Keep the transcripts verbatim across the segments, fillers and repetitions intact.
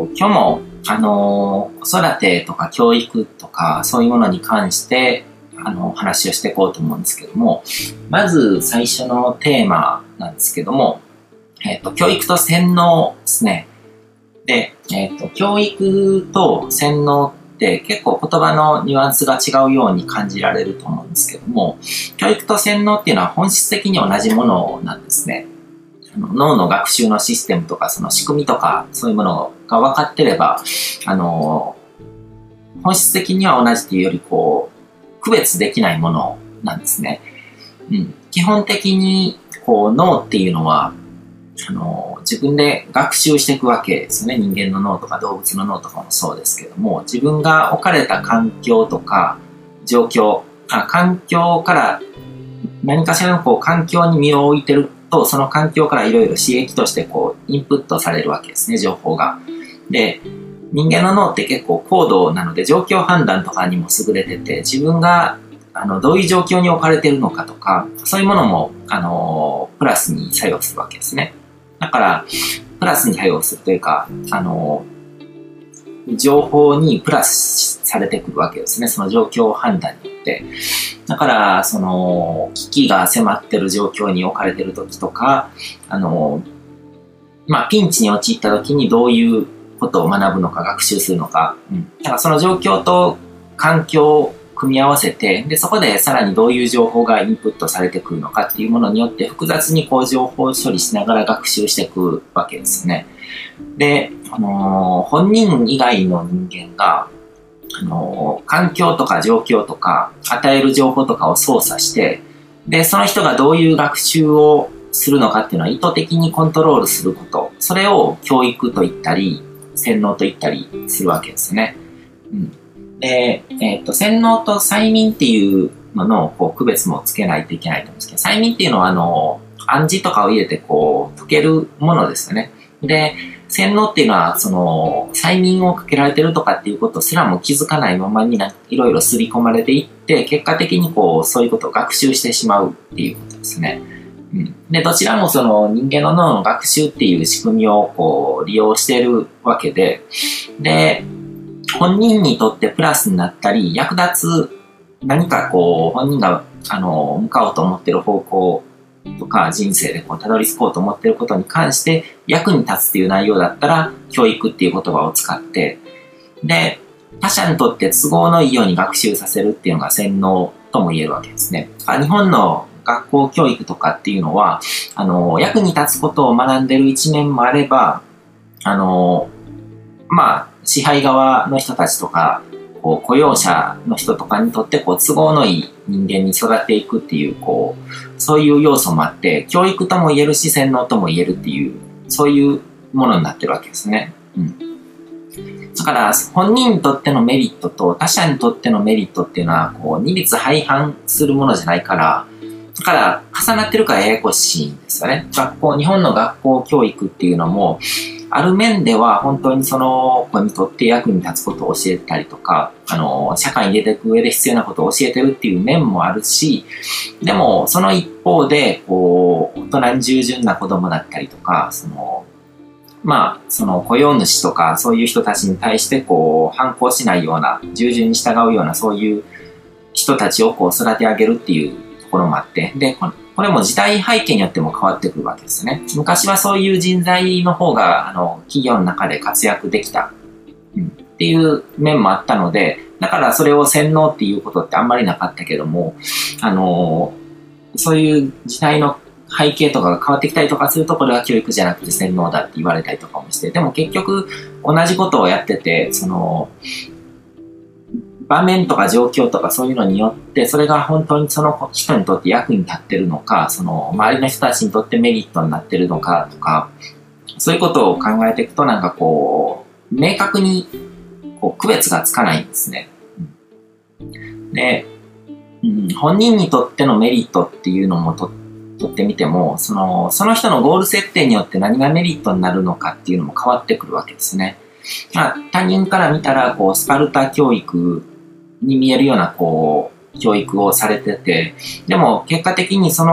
今日も、あのー、子育てとか教育とかそういうものに関して、あの、話をしていこうと思うんですけども、まず最初のテーマなんですけども、えっと、教育と洗脳ですね。で、えっと、教育と洗脳って結構言葉のニュアンスが違うように感じられると思うんですけども、教育と洗脳っていうのは本質的に同じものなんですね。脳の学習のシステムとかその仕組みとかそういうものが分かってれば、あの、本質的には同じというよりこう、区別できないものなんですね。うん、基本的にこう脳っていうのはあの自分で学習していくわけですよね。人間の脳とか動物の脳とかもそうですけども、自分が置かれた環境とか状況、あ環境から何かしらのこう環境に身を置いてると、その環境からいろいろ刺激としてこうインプットされるわけですね、情報が。で、人間の脳って結構高度なので状況判断とかにも優れてて、自分があのどういう状況に置かれているのかとか、そういうものもあのプラスに作用するわけですね。だからプラスに作用するというか、あの情報にプラスされてくるわけですね、その状況判断によって。だからその危機が迫ってる状況に置かれてる時とか、あのまあピンチに陥った時にどういうことを学ぶのか、学習するのか、うん、だからその状況と環境を組み合わせて、でそこでさらにどういう情報がインプットされてくるのかっていうものによって複雑にこう情報処理しながら学習していくわけですね。で、あのー、本人以外の人間が、あのー、環境とか状況とか与える情報とかを操作して、でその人がどういう学習をするのかっていうのは意図的にコントロールすること、それを教育と言ったり洗脳と言ったりするわけですね。うん、で、えっと、洗脳と催眠っていうののこう区別もつけないといけないと思うんですけど、催眠っていうのはあの暗示とかを入れてこう解けるものですよね。で、洗脳っていうのはその催眠をかけられてるとかっていうことすらも気づかないままにいろいろ刷り込まれていって、結果的にこうそういうことを学習してしまうっていうことですね。うん、で、どちらもその人間の脳の学習っていう仕組みをこう利用しているわけで、で、本人にとってプラスになったり、役立つ何かこう、本人があの向かおうと思っている方向とか人生でこうたどり着こうと思っていることに関して役に立つっていう内容だったら、教育っていう言葉を使って、で、他者にとって都合のいいように学習させるっていうのが洗脳とも言えるわけですね。日本の学校教育とかっていうのは、あの、役に立つことを学んでる一面もあれば、あの、まあ、支配側の人たちとか、こう雇用者の人とかにとってこう都合のいい人間に育っていくっていう、こう、そういう要素もあって、教育とも言えるし、洗脳とも言えるっていう、そういうものになってるわけですね。うん。だから、本人にとってのメリットと他者にとってのメリットっていうのは、こう、二律背反するものじゃないから、だから重なってるからややこしいんですよね。学校、日本の学校教育っていうのも、ある面では本当にその子にとって役に立つことを教えたりとか、あの、社会に出ていく上で必要なことを教えてるっていう面もあるし、でもその一方で、こう、大人に従順な子供だったりとか、その、まあ、その雇用主とかそういう人たちに対してこう、反抗しないような、従順に従うようなそういう人たちをこう育て上げるっていうところもあって、で、これも時代背景によっても変わってくるわけですね。昔はそういう人材の方があの企業の中で活躍できた、うん、っていう面もあったので、だからそれを洗脳っていうことってあんまりなかったけども、あのそういう時代の背景とかが変わってきたりとかすると、これは教育じゃなくて洗脳だって言われたりとかもして、でも結局同じことをやってて、その場面とか状況とかそういうのによって、それが本当にその人にとって役に立ってるのか、その周りの人たちにとってメリットになってるのかとか、そういうことを考えていくと、なんかこう明確にこう区別がつかないんですね。で、うん、本人にとってのメリットっていうのもととってみても、そのその人のゴール設定によって何がメリットになるのかっていうのも変わってくるわけですね。まあ、他人から見たらこうスパルタ教育に見えるようなこう教育をされてて、でも結果的にその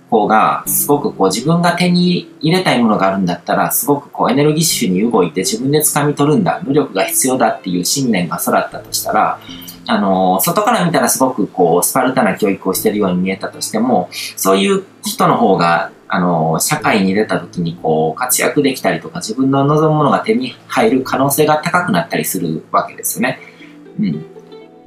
子がすごくこう自分が手に入れたいものがあるんだったら、すごくこうエネルギッシュに動いて自分で掴み取るんだ、努力が必要だっていう信念が育ったとしたら、あの、外から見たらすごくこうスパルタな教育をしているように見えたとしても、そういう人の方が、あの、社会に出た時にこう活躍できたりとか、自分の望むものが手に入る可能性が高くなったりするわけですよね。うん。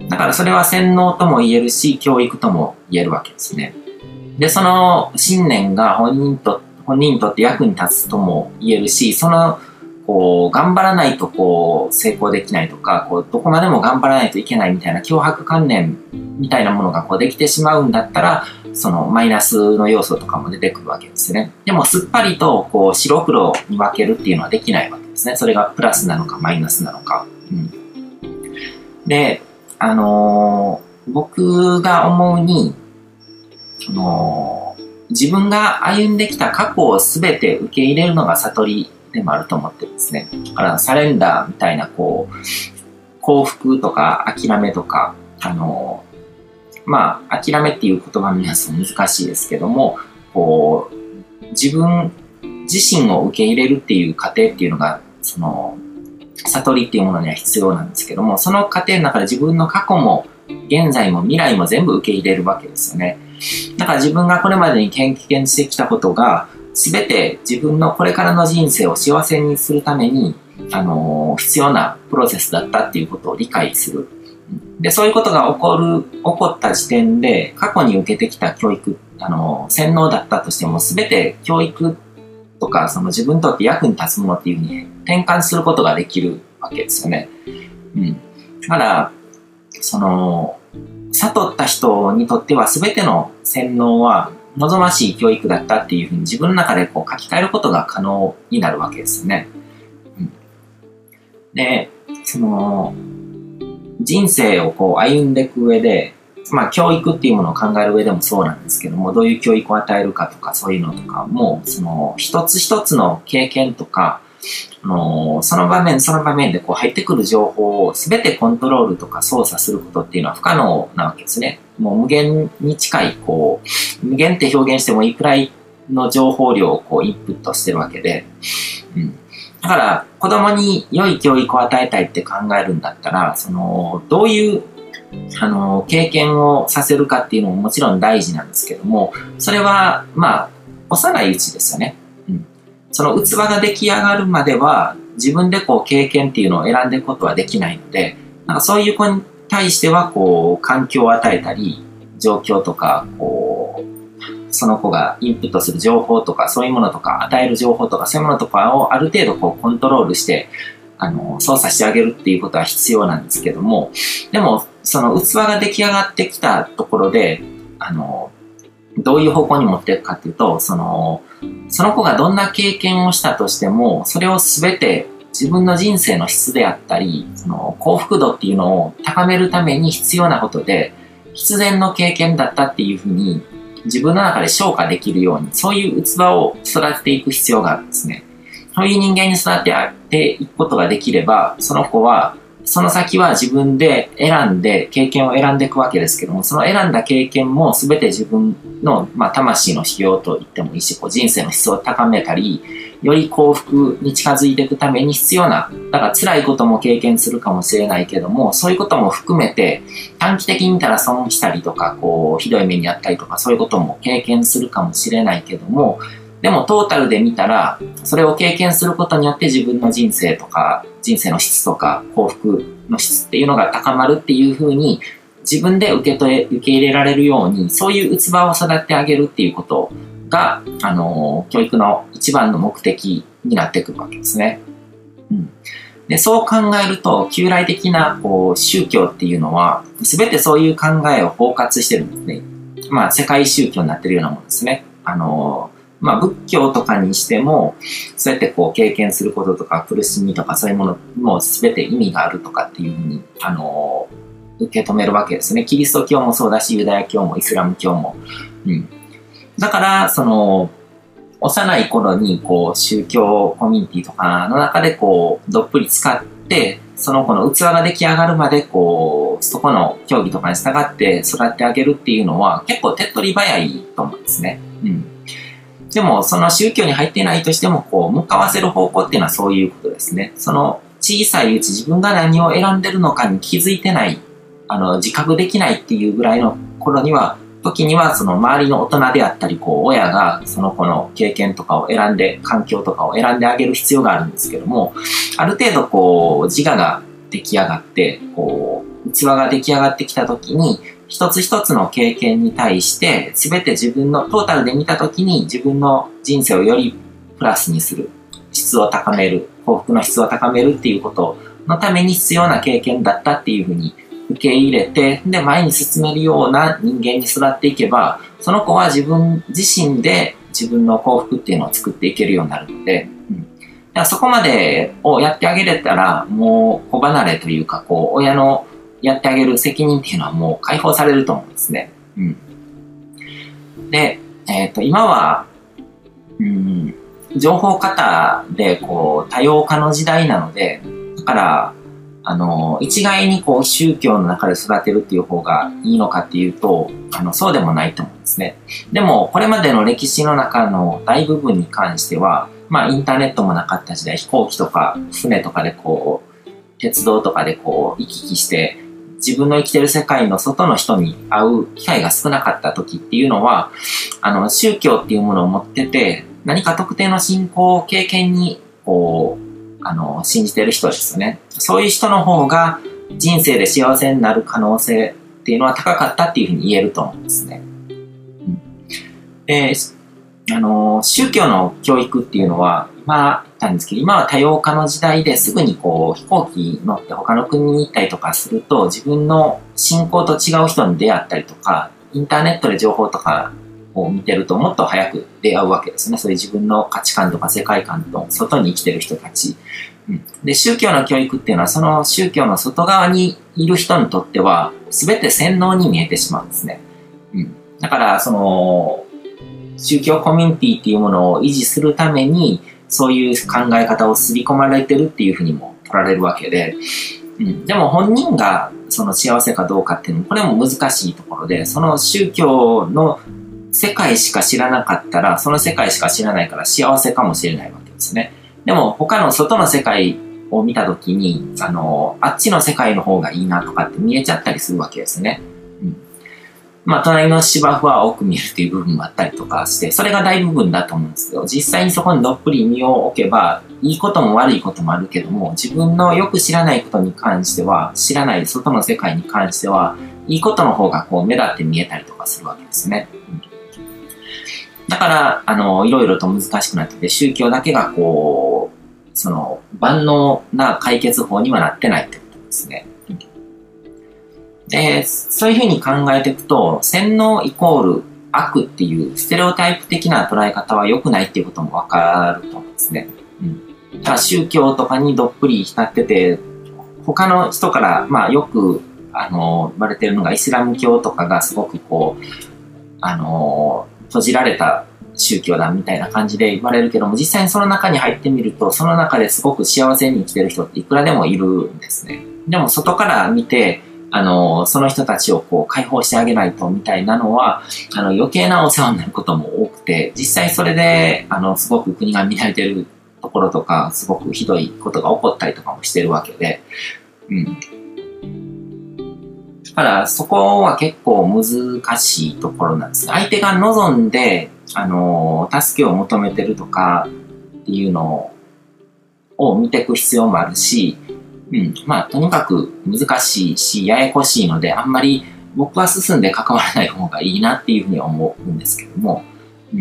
だからそれは洗脳とも言えるし、教育とも言えるわけですね。で、その信念が本人と、本人にとって役に立つとも言えるし、その、こう、頑張らないとこう、成功できないとか、こう、どこまでも頑張らないといけないみたいな強迫観念みたいなものがこうできてしまうんだったら、そのマイナスの要素とかも出てくるわけですね。でも、すっぱりと、こう、白黒に分けるっていうのはできないわけですね。それがプラスなのかマイナスなのか。うん。で、あのー、僕が思うに、その、自分が歩んできた過去を全て受け入れるのが悟りでもあると思ってるんですね。だからサレンダーみたいなこう、幸福とか諦めとか、あの、まあ、諦めっていう言葉の皆さん難しいですけども、こう、自分自身を受け入れるっていう過程っていうのが、その、悟りっていうものには必要なんですけども、その過程の中で自分の過去も現在も未来も全部受け入れるわけですよね。だから自分がこれまでに経験してきたことが、すべて自分のこれからの人生を幸せにするために、あのー、必要なプロセスだったっていうことを理解する。で、そういうことが起こる、起こった時点で、過去に受けてきた教育、あのー、洗脳だったとしても、すべて教育とか、その自分にとって役に立つものっていうふうに転換することができるわけですよね。うん。だから、その、悟った人にとっては全ての洗脳は望ましい教育だったっていうふうに自分の中でこう書き換えることが可能になるわけですね。うん、で、その、人生をこう歩んでいく上で、まあ教育っていうものを考える上でもそうなんですけども、どういう教育を与えるかとかそういうのとかも、その一つ一つの経験とか、あのその場面その場面でこう入ってくる情報を全てコントロールとか操作することっていうのは不可能なわけですね。もう無限に近い、こう、無限って表現してもいいくらいの情報量をこうインプットしてるわけで、うん。だから子供に良い教育を与えたいって考えるんだったら、その、どういう、あの、経験をさせるかっていうのももちろん大事なんですけども、それは、まあ、幼いうちですよね。その器が出来上がるまでは自分でこう経験っていうのを選んでいくことはできないので、なんかそういう子に対してはこう環境を与えたり、状況とか、こう、その子がインプットする情報とか、そういうものとか、与える情報とか、そういうものとかをある程度こうコントロールして、あの、操作してあげるっていうことは必要なんですけども、でも、その器が出来上がってきたところで、あの、どういう方向に持っていくかっていうと、その、その子がどんな経験をしたとしても、それを全て自分の人生の質であったり、その幸福度っていうのを高めるために必要なことで、必然の経験だったっていうふうに自分の中で消化できるように、そういう器を育てていく必要があるんですね。そういう人間に育てていくことができれば、その子はその先は自分で選んで経験を選んでいくわけですけども、その選んだ経験も全て自分の、まあ、魂の修行と言ってもいいし、こう人生の質を高めたり、より幸福に近づいていくために必要な、だから辛いことも経験するかもしれないけども、そういうことも含めて短期的に見たら損したりとか、こうひどい目にあったりとか、そういうことも経験するかもしれないけども、でもトータルで見たら、それを経験することによって自分の人生とか、人生の質とか幸福の質っていうのが高まるっていう風に自分で受け取れ、受け入れられるように、そういう器を育ててあげるっていうことが、あの、教育の一番の目的になってくるわけですね。うん。で、そう考えると、旧来的なこう宗教っていうのは、すべてそういう考えを包括してるんですね。まあ、世界宗教になってるようなものですね。あの、まあ仏教とかにしても、そうやってこう経験することとか苦しみとかそういうものも全て意味があるとかっていうふうに、あのー、受け止めるわけですね。キリスト教もそうだし、ユダヤ教もイスラム教も。うん。だから、その、幼い頃にこう宗教コミュニティとかの中でこうどっぷり使って、その子の器が出来上がるまでこう、そこの教義とかに従って育ってあげるっていうのは結構手っ取り早いと思うんですね。うん。 でも、その宗教に入っていないとしても、こう、向かわせる方向っていうのはそういうことですね。その、小さいうち自分が何を選んでるのかに気づいてない、あの、自覚できないっていうぐらいの頃には、時にはその周りの大人であったり、こう、親がその子の経験とかを選んで、環境とかを選んであげる必要があるんですけども、ある程度こう、自我が出来上がって、こう、器が出来上がってきた時に、一つ一つの経験に対して、すべて自分のトータルで見た時に自分の人生をよりプラスにする、質を高める、幸福の質を高めるっていうことのために必要な経験だったっていうふうに受け入れて、で、前に進めるような人間に育っていけば、その子は自分自身で自分の幸福っていうのを作っていけるようになるので、うん、だからそこまでをやってあげれたら、もう子離れというか、こう、親のやってあげる責任っていうのはもう解放されると思うんですね。うん。で、えっと、今は、うん、情報過多で、こう、多様化の時代なので、だから、あの、一概にこう、宗教の中で育てるっていう方がいいのかっていうと、あの、そうでもないと思うんですね。でも、これまでの歴史の中の大部分に関しては、まあ、インターネットもなかった時代、飛行機とか船とかでこう、鉄道とかでこう、行き来して、自分の生きてる世界の外の人に会う機会が少なかった時っていうのは、あの、宗教っていうものを持ってて、何か特定の信仰経験に、こう、あの、信じてる人ですよね。そういう人の方が人生で幸せになる可能性っていうのは高かったっていうふうに言えると思うんですね。うん、で、あの、宗教の教育っていうのは、今言ったんですけど、今は多様化の時代ですぐにこう、飛行機乗って他の国に行ったりとかすると、自分の信仰と違う人に出会ったりとか、インターネットで情報とかを見てるともっと早く出会うわけですね。そういう自分の価値観とか世界観と外に生きてる人たち。うん、で、宗教の教育っていうのは、その宗教の外側にいる人にとっては、全て洗脳に見えてしまうんですね。うん、だから、その、宗教コミュニティっていうものを維持するために、そういう考え方を刷り込まれてるっていうふうにも取られるわけで、うん、でも本人がその幸せかどうかっていうのも、これも難しいところで、その宗教の世界しか知らなかったら、その世界しか知らないから幸せかもしれないわけですね。でも他の外の世界を見たときに、あの、あっちの世界の方がいいなとかって見えちゃったりするわけですね。うん、まあ、隣の芝生は青く見えるっていう部分もあったりとかして、それが大部分だと思うんですけど、実際にそこにどっぷり身を置けば、いいことも悪いこともあるけども、自分のよく知らないことに関しては、知らない外の世界に関しては、いいことの方がこう目立って見えたりとかするわけですね。うん、だから、あの、いろいろと難しくなってて、宗教だけがこう、その、万能な解決法にはなってないってことですね。で、そういうふうに考えていくと、洗脳イコール悪っていうステレオタイプ的な捉え方は良くないっていうこともわかると思うんですね。うん。だから宗教とかにどっぷり浸ってて、他の人から、まあよく、あの、言われてるのがイスラム教とかがすごくこう、あの、閉じられた宗教だみたいな感じで言われるけども、実際にその中に入ってみると、その中ですごく幸せに生きてる人っていくらでもいるんですね。でも外から見て、あの、その人たちをこう解放してあげないとみたいなのは、あの余計なお世話になることも多くて、実際それで、あの、すごく国が乱れてるところとか、すごくひどいことが起こったりとかもしてるわけで、うん。だからそこは結構難しいところなんですね。相手が望んで、あの、助けを求めてるとかっていうのを見ていく必要もあるし、うん。まあ、とにかく難しいし、ややこしいので、あんまり僕は進んで関わらない方がいいなっていうふうに思うんですけども、うん。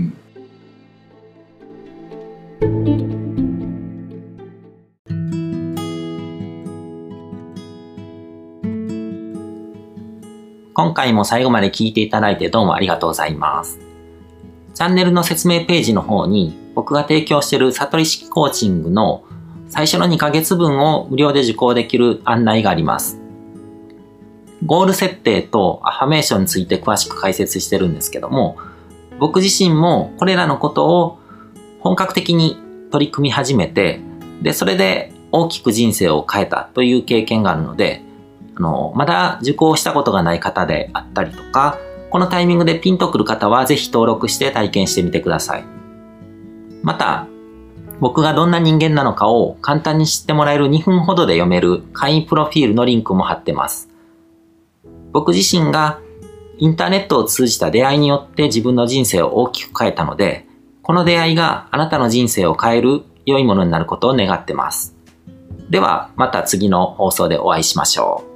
今回も最後まで聞いていただいてどうもありがとうございます。チャンネルの説明ページの方に僕が提供している悟り式コーチングの最初のにかげつぶんを無料で受講できる案内があります。ゴール設定とアファメーションについて詳しく解説してるんですけども、僕自身もこれらのことを本格的に取り組み始めて、で、それで大きく人生を変えたという経験があるので、あの、まだ受講したことがない方であったりとか、 このタイミングでピンとくる方はぜひ登録して体験してみてください。また、僕がどんな人間なのかを簡単に知ってもらえるにふんほどで読める会員プロフィールのリンクも貼ってます。僕自身がインターネットを通じた出会いによって自分の人生を大きく変えたので、この出会いがあなたの人生を変える良いものになることを願ってます。ではまた次の放送でお会いしましょう。